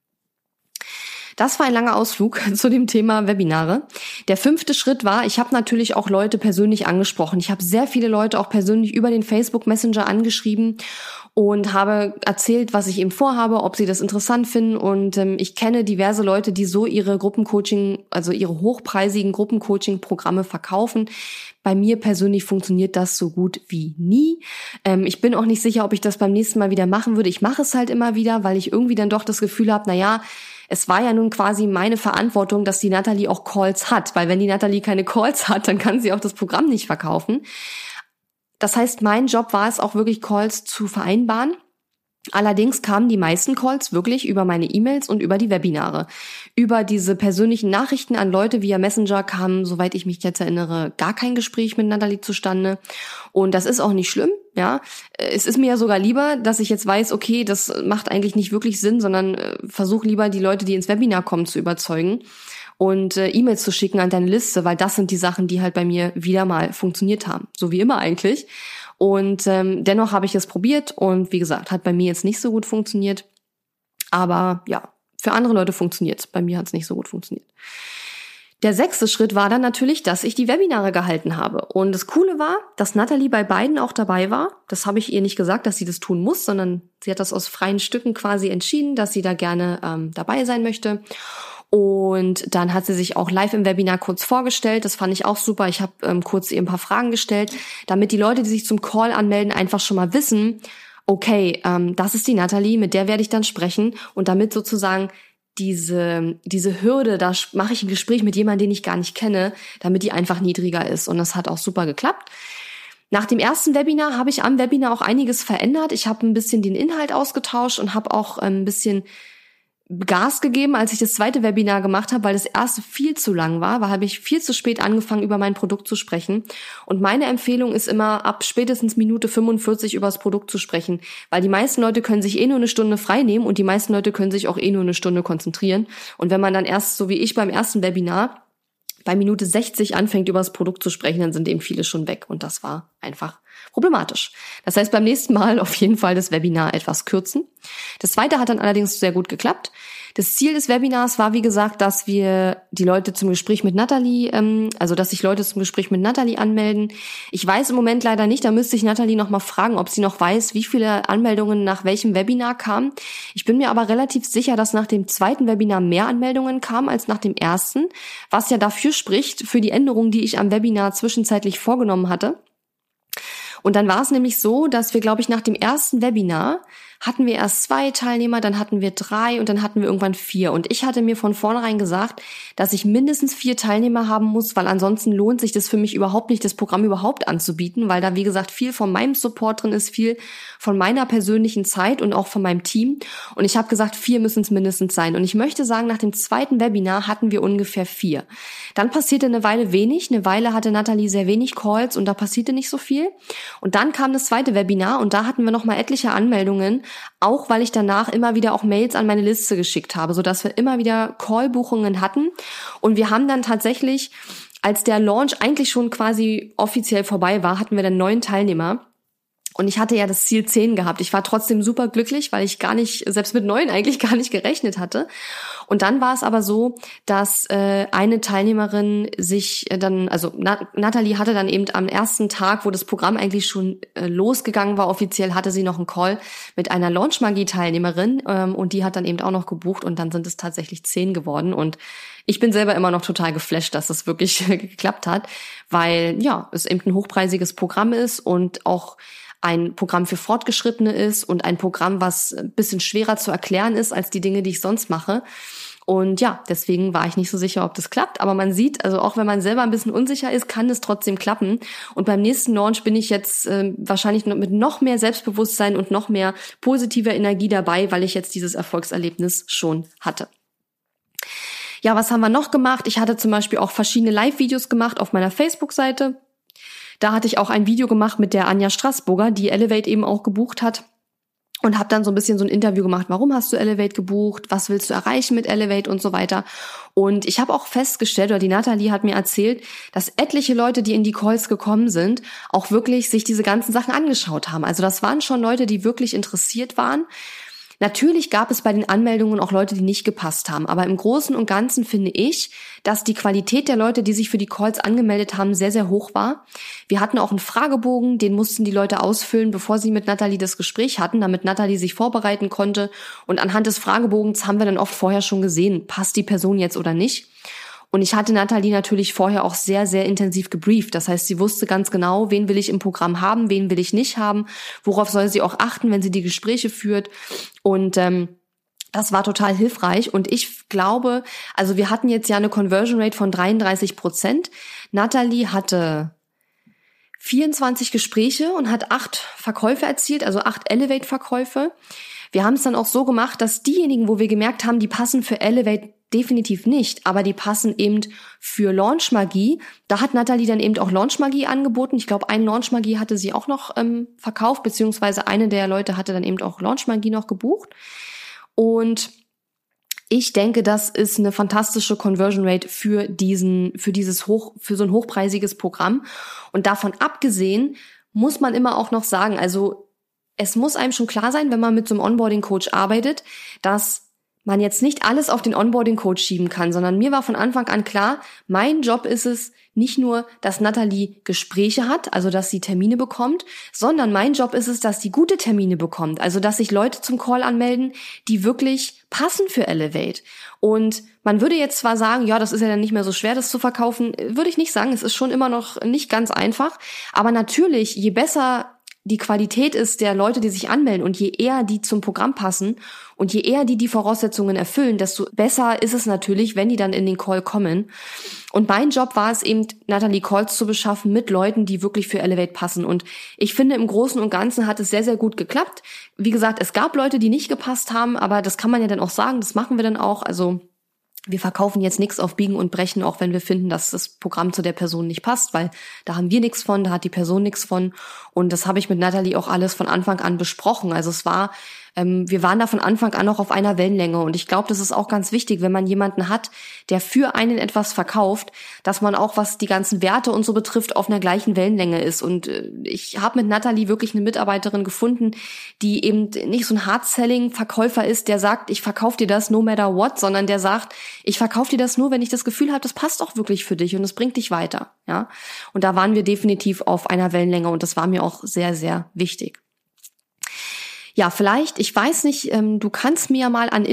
Das war ein langer Ausflug zu dem Thema Webinare. Der 5. Schritt war, ich habe natürlich auch Leute persönlich angesprochen. Ich habe sehr viele Leute auch persönlich über den Facebook Messenger angeschrieben und habe erzählt, was ich eben vorhabe, ob sie das interessant finden. Und ich kenne diverse Leute, die so ihre Gruppencoaching, also ihre hochpreisigen Gruppencoaching-Programme verkaufen. Bei mir persönlich funktioniert das so gut wie nie. Ich bin auch nicht sicher, ob ich das beim nächsten Mal wieder machen würde. Ich mache es halt immer wieder, weil ich irgendwie dann doch das Gefühl habe, es war ja nun quasi meine Verantwortung, dass die Nathalie auch Calls hat, weil wenn die Nathalie keine Calls hat, dann kann sie auch das Programm nicht verkaufen. Das heißt, mein Job war es auch wirklich, Calls zu vereinbaren. Allerdings kamen die meisten Calls wirklich über meine E-Mails und über die Webinare. Über diese persönlichen Nachrichten an Leute via Messenger kam, soweit ich mich jetzt erinnere, gar kein Gespräch mit Nathalie zustande. Und das ist auch nicht schlimm, ja. Es ist mir ja sogar lieber, dass ich jetzt weiß, okay, das macht eigentlich nicht wirklich Sinn, sondern versuche lieber die Leute, die ins Webinar kommen, zu überzeugen und E-Mails zu schicken an deine Liste, weil das sind die Sachen, die halt bei mir wieder mal funktioniert haben. So wie immer eigentlich. Und dennoch habe ich es probiert und wie gesagt, hat bei mir jetzt nicht so gut funktioniert. Aber ja, für andere Leute funktioniert es. Bei mir hat es nicht so gut funktioniert. Der 6. Schritt war dann natürlich, dass ich die Webinare gehalten habe. Und das Coole war, dass Nathalie bei beiden auch dabei war. Das habe ich ihr nicht gesagt, dass sie das tun muss, sondern sie hat das aus freien Stücken quasi entschieden, dass sie da gerne dabei sein möchte. Und dann hat sie sich auch live im Webinar kurz vorgestellt. Das fand ich auch super. Ich habe kurz ihr ein paar Fragen gestellt, damit die Leute, die sich zum Call anmelden, einfach schon mal wissen, okay, das ist die Nathalie, mit der werde ich dann sprechen. Und damit sozusagen diese Hürde, da mache ich ein Gespräch mit jemandem, den ich gar nicht kenne, damit die einfach niedriger ist. Und das hat auch super geklappt. Nach dem ersten Webinar habe ich am Webinar auch einiges verändert. Ich habe ein bisschen den Inhalt ausgetauscht und habe auch ein bisschen Gas gegeben, als ich das zweite Webinar gemacht habe, weil das erste viel zu lang war, habe ich viel zu spät angefangen, über mein Produkt zu sprechen. Und meine Empfehlung ist immer, ab spätestens Minute 45 über das Produkt zu sprechen, weil die meisten Leute können sich nur eine Stunde frei nehmen und die meisten Leute können sich auch nur eine Stunde konzentrieren. Und wenn man dann erst, so wie ich beim ersten Webinar, bei Minute 60 anfängt, über das Produkt zu sprechen, dann sind eben viele schon weg. Und das war einfach problematisch. Das heißt, beim nächsten Mal auf jeden Fall das Webinar etwas kürzen. Das zweite hat dann allerdings sehr gut geklappt. Das Ziel des Webinars war, wie gesagt, dass wir die Leute zum Gespräch mit Nathalie, dass sich Leute zum Gespräch mit Nathalie anmelden. Ich weiß im Moment leider nicht, da müsste ich Nathalie noch mal fragen, ob sie noch weiß, wie viele Anmeldungen nach welchem Webinar kamen. Ich bin mir aber relativ sicher, dass nach dem zweiten Webinar mehr Anmeldungen kamen als nach dem ersten, was ja dafür spricht, für die Änderungen, die ich am Webinar zwischenzeitlich vorgenommen hatte. Und dann war es nämlich so, dass wir, glaube ich, nach dem ersten Webinar hatten wir erst 2 Teilnehmer, dann hatten wir 3 und dann hatten wir irgendwann 4. Und ich hatte mir von vornherein gesagt, dass ich mindestens 4 Teilnehmer haben muss, weil ansonsten lohnt sich das für mich überhaupt nicht, das Programm überhaupt anzubieten, weil da, wie gesagt, viel von meinem Support drin ist, viel von meiner persönlichen Zeit und auch von meinem Team. Und ich habe gesagt, 4 müssen es mindestens sein. Und ich möchte sagen, nach dem zweiten Webinar hatten wir ungefähr 4. Dann passierte eine Weile wenig. Eine Weile hatte Nathalie sehr wenig Calls und da passierte nicht so viel. Und dann kam das zweite Webinar und da hatten wir nochmal etliche Anmeldungen, auch weil ich danach immer wieder auch Mails an meine Liste geschickt habe, sodass wir immer wieder Callbuchungen hatten. Und wir haben dann tatsächlich, als der Launch eigentlich schon quasi offiziell vorbei war, hatten wir dann 9 Teilnehmer. Und ich hatte ja das Ziel 10 gehabt. Ich war trotzdem super glücklich, weil ich selbst mit 9 eigentlich gar nicht gerechnet hatte. Und dann war es aber so, dass eine Teilnehmerin sich dann, Nathalie hatte dann eben am ersten Tag, wo das Programm eigentlich schon losgegangen war, offiziell hatte sie noch einen Call mit einer Launch-Magie-Teilnehmerin und die hat dann eben auch noch gebucht und dann sind es tatsächlich 10 geworden. Und ich bin selber immer noch total geflasht, dass das wirklich geklappt hat, weil ja, es eben ein hochpreisiges Programm ist und auch ein Programm für Fortgeschrittene ist und ein Programm, was ein bisschen schwerer zu erklären ist als die Dinge, die ich sonst mache. Und ja, deswegen war ich nicht so sicher, ob das klappt. Aber man sieht, also auch wenn man selber ein bisschen unsicher ist, kann es trotzdem klappen. Und beim nächsten Launch bin ich jetzt wahrscheinlich mit noch mehr Selbstbewusstsein und noch mehr positiver Energie dabei, weil ich jetzt dieses Erfolgserlebnis schon hatte. Ja, was haben wir noch gemacht? Ich hatte zum Beispiel auch verschiedene Live-Videos gemacht auf meiner Facebook-Seite. Da hatte ich auch ein Video gemacht mit der Anja Straßburger, die Elevate eben auch gebucht hat. Und habe dann so ein bisschen so ein Interview gemacht, warum hast du Elevate gebucht, was willst du erreichen mit Elevate und so weiter. Und ich habe auch festgestellt, oder die Nathalie hat mir erzählt, dass etliche Leute, die in die Calls gekommen sind, auch wirklich sich diese ganzen Sachen angeschaut haben. Also das waren schon Leute, die wirklich interessiert waren. Natürlich gab es bei den Anmeldungen auch Leute, die nicht gepasst haben, aber im Großen und Ganzen finde ich, dass die Qualität der Leute, die sich für die Calls angemeldet haben, sehr, sehr hoch war. Wir hatten auch einen Fragebogen, den mussten die Leute ausfüllen, bevor sie mit Nathalie das Gespräch hatten, damit Nathalie sich vorbereiten konnte. Und anhand des Fragebogens haben wir dann oft vorher schon gesehen, passt die Person jetzt oder nicht. Und ich hatte Nathalie natürlich vorher auch sehr, sehr intensiv gebrieft. Das heißt, sie wusste ganz genau, wen will ich im Programm haben, wen will ich nicht haben, worauf soll sie auch achten, wenn sie die Gespräche führt. Und das war total hilfreich. Und ich glaube, also wir hatten jetzt ja eine Conversion Rate von 33%. Nathalie hatte 24 Gespräche und hat 8 Verkäufe erzielt, also 8 Elevate-Verkäufe. Wir haben es dann auch so gemacht, dass diejenigen, wo wir gemerkt haben, die passen für Elevate definitiv nicht, aber die passen eben für Launch-Magie. Da hat Nathalie dann eben auch Launch-Magie angeboten. Ich glaube, einen Launch-Magie hatte sie auch noch verkauft, beziehungsweise eine der Leute hatte dann eben auch Launch-Magie noch gebucht. Und ich denke, das ist eine fantastische Conversion Rate für so ein hochpreisiges Programm. Und davon abgesehen muss man immer auch noch sagen, also es muss einem schon klar sein, wenn man mit so einem Onboarding-Coach arbeitet, dass man jetzt nicht alles auf den Onboarding-Coach schieben kann, sondern mir war von Anfang an klar, mein Job ist es nicht nur, dass Nathalie Gespräche hat, also dass sie Termine bekommt, sondern mein Job ist es, dass sie gute Termine bekommt, also dass sich Leute zum Call anmelden, die wirklich passen für Elevate. Und man würde jetzt zwar sagen, ja, das ist ja dann nicht mehr so schwer, das zu verkaufen, würde ich nicht sagen, es ist schon immer noch nicht ganz einfach, aber natürlich, je besser die Qualität ist der Leute, die sich anmelden und je eher die zum Programm passen und je eher die Voraussetzungen erfüllen, desto besser ist es natürlich, wenn die dann in den Call kommen. Und mein Job war es eben, Nathalie Calls zu beschaffen mit Leuten, die wirklich für Elevate passen. Und ich finde, im Großen und Ganzen hat es sehr, sehr gut geklappt. Wie gesagt, es gab Leute, die nicht gepasst haben, aber das kann man ja dann auch sagen, das machen wir dann auch. Also wir verkaufen jetzt nichts auf Biegen und Brechen, auch wenn wir finden, dass das Programm zu der Person nicht passt, weil da haben wir nichts von, da hat die Person nichts von. Und das habe ich mit Nathalie auch alles von Anfang an besprochen. Also wir waren da von Anfang an auch auf einer Wellenlänge. Und ich glaube, das ist auch ganz wichtig, wenn man jemanden hat, der für einen etwas verkauft, dass man auch, was die ganzen Werte und so betrifft, auf einer gleichen Wellenlänge ist. Und ich habe mit Nathalie wirklich eine Mitarbeiterin gefunden, die eben nicht so ein Hard-Selling-Verkäufer ist, der sagt, ich verkaufe dir das no matter what, sondern der sagt, ich verkaufe dir das nur, wenn ich das Gefühl habe, das passt auch wirklich für dich und es bringt dich weiter. Ja. Und da waren wir definitiv auf einer Wellenlänge und das war mir auch sehr, sehr wichtig. Ja, vielleicht, ich weiß nicht, du kannst mir ja mal an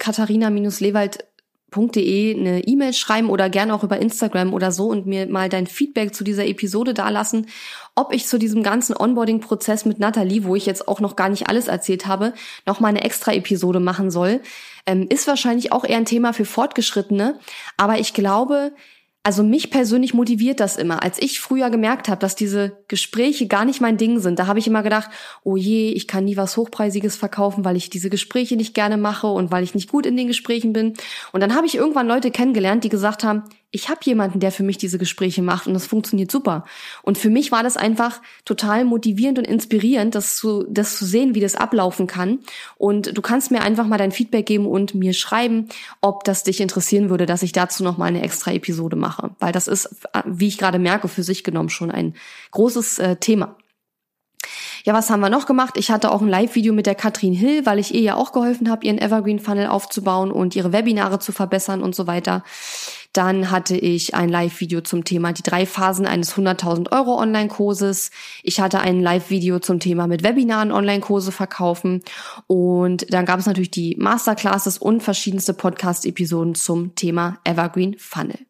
info@katharina-lewald.de eine E-Mail schreiben oder gerne auch über Instagram oder so und mir mal dein Feedback zu dieser Episode dalassen, ob ich zu diesem ganzen Onboarding-Prozess mit Nathalie, wo ich jetzt auch noch gar nicht alles erzählt habe, noch mal eine extra Episode machen soll. Ist wahrscheinlich auch eher ein Thema für Fortgeschrittene, aber ich glaube, also mich persönlich motiviert das immer. Als ich früher gemerkt habe, dass diese Gespräche gar nicht mein Ding sind, da habe ich immer gedacht, oh je, ich kann nie was Hochpreisiges verkaufen, weil ich diese Gespräche nicht gerne mache und weil ich nicht gut in den Gesprächen bin. Und dann habe ich irgendwann Leute kennengelernt, die gesagt haben, ich habe jemanden, der für mich diese Gespräche macht und das funktioniert super. Und für mich war das einfach total motivierend und inspirierend, das zu sehen, wie das ablaufen kann. Und du kannst mir einfach mal dein Feedback geben und mir schreiben, ob das dich interessieren würde, dass ich dazu noch mal eine extra Episode mache. Weil das ist, wie ich gerade merke, für sich genommen schon ein großes Thema. Ja, was haben wir noch gemacht? Ich hatte auch ein Live-Video mit der Katrin Hill, weil ich ihr ja auch geholfen habe, ihren Evergreen-Funnel aufzubauen und ihre Webinare zu verbessern und so weiter. Dann hatte ich ein Live-Video zum Thema die 3 Phasen eines 100.000 € Online-Kurses. Ich hatte ein Live-Video zum Thema mit Webinaren Online-Kurse verkaufen. Und dann gab es natürlich die Masterclasses und verschiedenste Podcast-Episoden zum Thema Evergreen-Funnel.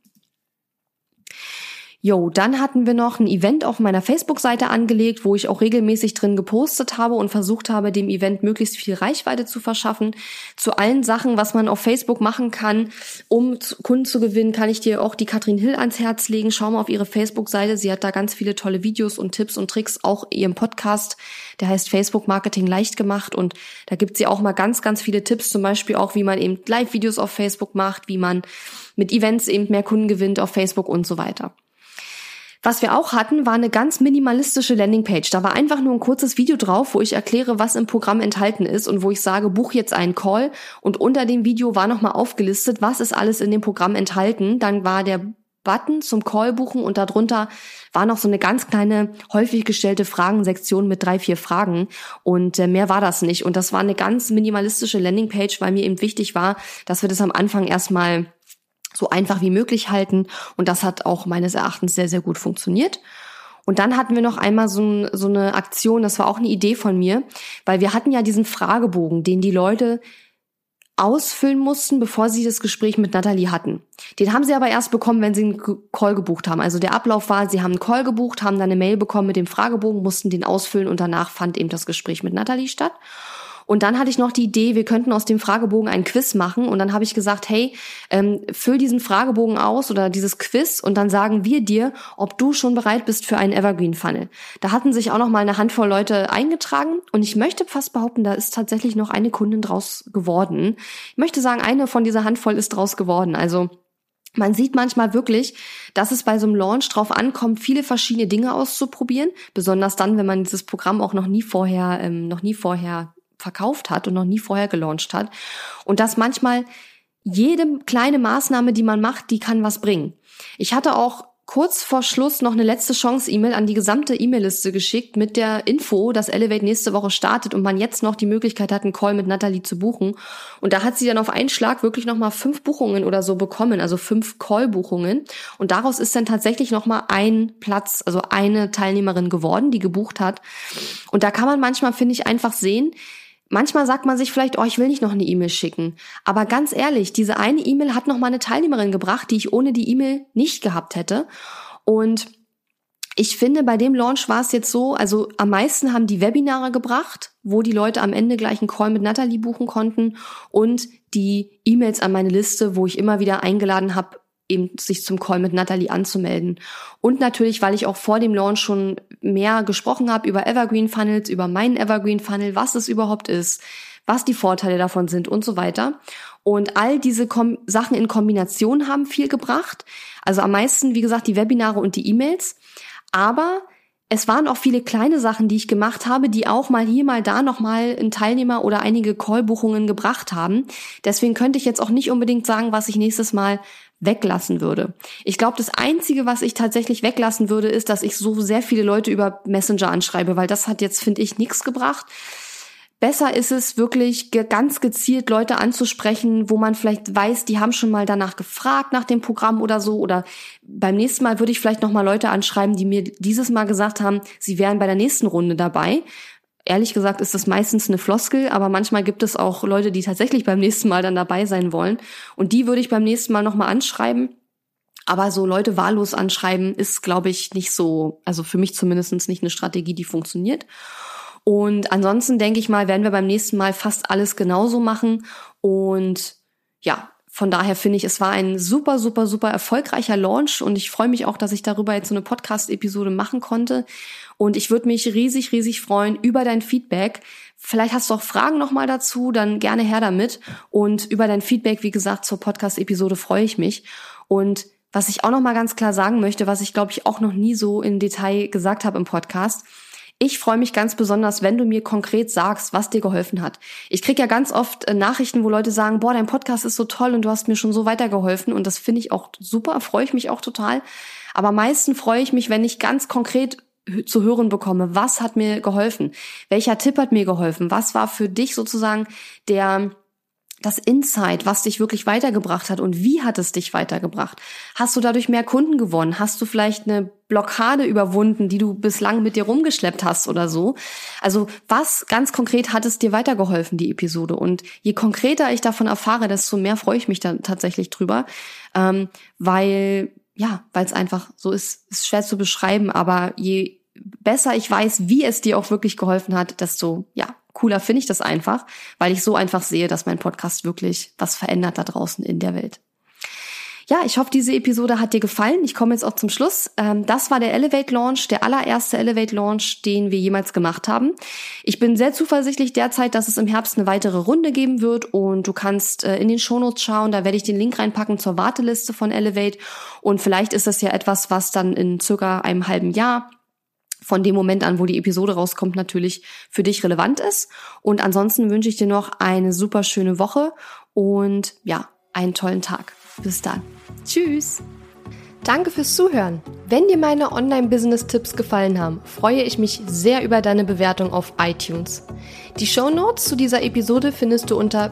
Jo, dann hatten wir noch ein Event auf meiner Facebook-Seite angelegt, wo ich auch regelmäßig drin gepostet habe und versucht habe, dem Event möglichst viel Reichweite zu verschaffen. Zu allen Sachen, was man auf Facebook machen kann, um Kunden zu gewinnen, kann ich dir auch die Katrin Hill ans Herz legen. Schau mal auf ihre Facebook-Seite. Sie hat da ganz viele tolle Videos und Tipps und Tricks, auch ihrem Podcast. Der heißt Facebook Marketing leicht gemacht und da gibt sie auch mal ganz, ganz viele Tipps, zum Beispiel auch, wie man eben Live-Videos auf Facebook macht, wie man mit Events eben mehr Kunden gewinnt auf Facebook und so weiter. Was wir auch hatten, war eine ganz minimalistische Landingpage. Da war einfach nur ein kurzes Video drauf, wo ich erkläre, was im Programm enthalten ist und wo ich sage, buch jetzt einen Call. Und unter dem Video war nochmal aufgelistet, was ist alles in dem Programm enthalten. Dann war der Button zum Call buchen und darunter war noch so eine ganz kleine, häufig gestellte Fragensektion mit 3-4 Fragen und mehr war das nicht. Und das war eine ganz minimalistische Landingpage, weil mir eben wichtig war, dass wir das am Anfang erstmal so einfach wie möglich halten und das hat auch meines Erachtens sehr, sehr gut funktioniert. Und dann hatten wir noch einmal so eine Aktion, das war auch eine Idee von mir, weil wir hatten ja diesen Fragebogen, den die Leute ausfüllen mussten, bevor sie das Gespräch mit Nathalie hatten. Den haben sie aber erst bekommen, wenn sie einen Call gebucht haben. Also der Ablauf war, sie haben einen Call gebucht, haben dann eine Mail bekommen mit dem Fragebogen, mussten den ausfüllen und danach fand eben das Gespräch mit Nathalie statt. Und dann hatte ich noch die Idee, wir könnten aus dem Fragebogen einen Quiz machen. Und dann habe ich gesagt, hey, füll diesen Fragebogen aus oder dieses Quiz und dann sagen wir dir, ob du schon bereit bist für einen Evergreen Funnel. Da hatten sich auch noch mal eine Handvoll Leute eingetragen und ich möchte fast behaupten, da ist tatsächlich noch eine Kundin draus geworden. Ich möchte sagen, eine von dieser Handvoll ist draus geworden. Also man sieht manchmal wirklich, dass es bei so einem Launch drauf ankommt, viele verschiedene Dinge auszuprobieren, besonders dann, wenn man dieses Programm auch noch nie vorher verkauft hat und noch nie vorher gelauncht hat. Und dass manchmal jede kleine Maßnahme, die man macht, die kann was bringen. Ich hatte auch kurz vor Schluss noch eine letzte Chance-E-Mail an die gesamte E-Mail-Liste geschickt mit der Info, dass Elevate nächste Woche startet und man jetzt noch die Möglichkeit hat, einen Call mit Nathalie zu buchen. Und da hat sie dann auf einen Schlag wirklich nochmal 5 Buchungen oder so bekommen, also 5 Call-Buchungen. Und daraus ist dann tatsächlich nochmal ein Platz, also eine Teilnehmerin geworden, die gebucht hat. Und da kann man manchmal, finde ich, einfach sehen, manchmal sagt man sich vielleicht, ich will nicht noch eine E-Mail schicken. Aber ganz ehrlich, diese eine E-Mail hat noch mal eine Teilnehmerin gebracht, die ich ohne die E-Mail nicht gehabt hätte. Und ich finde, bei dem Launch war es jetzt so, also am meisten haben die Webinare gebracht, wo die Leute am Ende gleich einen Call mit Nathalie buchen konnten und die E-Mails an meine Liste, wo ich immer wieder eingeladen habe, eben sich zum Call mit Nathalie anzumelden. Und natürlich, weil ich auch vor dem Launch schon mehr gesprochen habe über Evergreen Funnels, über meinen Evergreen Funnel, was es überhaupt ist, was die Vorteile davon sind und so weiter. Und all diese Sachen in Kombination haben viel gebracht. Also am meisten, wie gesagt, die Webinare und die E-Mails. Aber es waren auch viele kleine Sachen, die ich gemacht habe, die auch mal hier, mal da nochmal einen Teilnehmer oder einige Callbuchungen gebracht haben. Deswegen könnte ich jetzt auch nicht unbedingt sagen, was ich nächstes Mal weglassen würde. Ich glaube, das Einzige, was ich tatsächlich weglassen würde, ist, dass ich so sehr viele Leute über Messenger anschreibe, weil das hat jetzt, finde ich, nichts gebracht. Besser ist es wirklich ganz gezielt Leute anzusprechen, wo man vielleicht weiß, die haben schon mal danach gefragt nach dem Programm oder so. Oder beim nächsten Mal würde ich vielleicht nochmal Leute anschreiben, die mir dieses Mal gesagt haben, sie wären bei der nächsten Runde dabei. Ehrlich gesagt ist das meistens eine Floskel, aber manchmal gibt es auch Leute, die tatsächlich beim nächsten Mal dann dabei sein wollen. Und die würde ich beim nächsten Mal nochmal anschreiben. Aber so Leute wahllos anschreiben ist, glaube ich, nicht so, also für mich zumindest nicht eine Strategie, die funktioniert. Und ansonsten denke ich mal, werden wir beim nächsten Mal fast alles genauso machen. Und ja, von daher finde ich, es war ein super, super, super erfolgreicher Launch und ich freue mich auch, dass ich darüber jetzt so eine Podcast-Episode machen konnte. Und ich würde mich riesig, riesig freuen über dein Feedback. Vielleicht hast du auch Fragen nochmal dazu, dann gerne her damit. Und über dein Feedback, wie gesagt, zur Podcast-Episode freue ich mich. Und was ich auch nochmal ganz klar sagen möchte, was ich glaube ich auch noch nie so im Detail gesagt habe im Podcast: Ich freue mich ganz besonders, wenn du mir konkret sagst, was dir geholfen hat. Ich kriege ja ganz oft Nachrichten, wo Leute sagen, dein Podcast ist so toll und du hast mir schon so weitergeholfen. Und das finde ich auch super, freue ich mich auch total. Aber am meisten freue ich mich, wenn ich ganz konkret zu hören bekomme, was hat mir geholfen? Welcher Tipp hat mir geholfen? Was war für dich sozusagen das Insight, was dich wirklich weitergebracht hat und wie hat es dich weitergebracht? Hast du dadurch mehr Kunden gewonnen? Hast du vielleicht eine Blockade überwunden, die du bislang mit dir rumgeschleppt hast oder so? Also was ganz konkret hat es dir weitergeholfen, die Episode? Und je konkreter ich davon erfahre, desto mehr freue ich mich dann tatsächlich drüber, weil es einfach so ist schwer zu beschreiben, aber je besser ich weiß, wie es dir auch wirklich geholfen hat, desto cooler finde ich das einfach, weil ich so einfach sehe, dass mein Podcast wirklich was verändert da draußen in der Welt. Ja, ich hoffe, diese Episode hat dir gefallen. Ich komme jetzt auch zum Schluss. Das war der Elevate Launch, der allererste Elevate Launch, den wir jemals gemacht haben. Ich bin sehr zuversichtlich derzeit, dass es im Herbst eine weitere Runde geben wird und du kannst in den Shownotes schauen, da werde ich den Link reinpacken zur Warteliste von Elevate und vielleicht ist das ja etwas, was dann in circa einem halben Jahr von dem Moment an, wo die Episode rauskommt, natürlich für dich relevant ist. Und ansonsten wünsche ich dir noch eine super schöne Woche und einen tollen Tag. Bis dann. Tschüss. Danke fürs Zuhören. Wenn dir meine Online-Business-Tipps gefallen haben, freue ich mich sehr über deine Bewertung auf iTunes. Die Shownotes zu dieser Episode findest du unter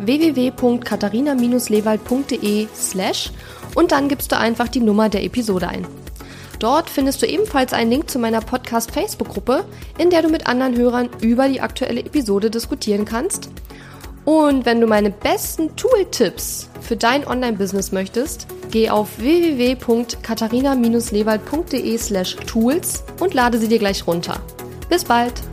www.katharina-lewald.de/ und dann gibst du einfach die Nummer der Episode ein. Dort findest du ebenfalls einen Link zu meiner Podcast-Facebook-Gruppe, in der du mit anderen Hörern über die aktuelle Episode diskutieren kannst. Und wenn du meine besten Tool-Tipps für dein Online-Business möchtest, geh auf www.katharina-lewald.de/tools und lade sie dir gleich runter. Bis bald!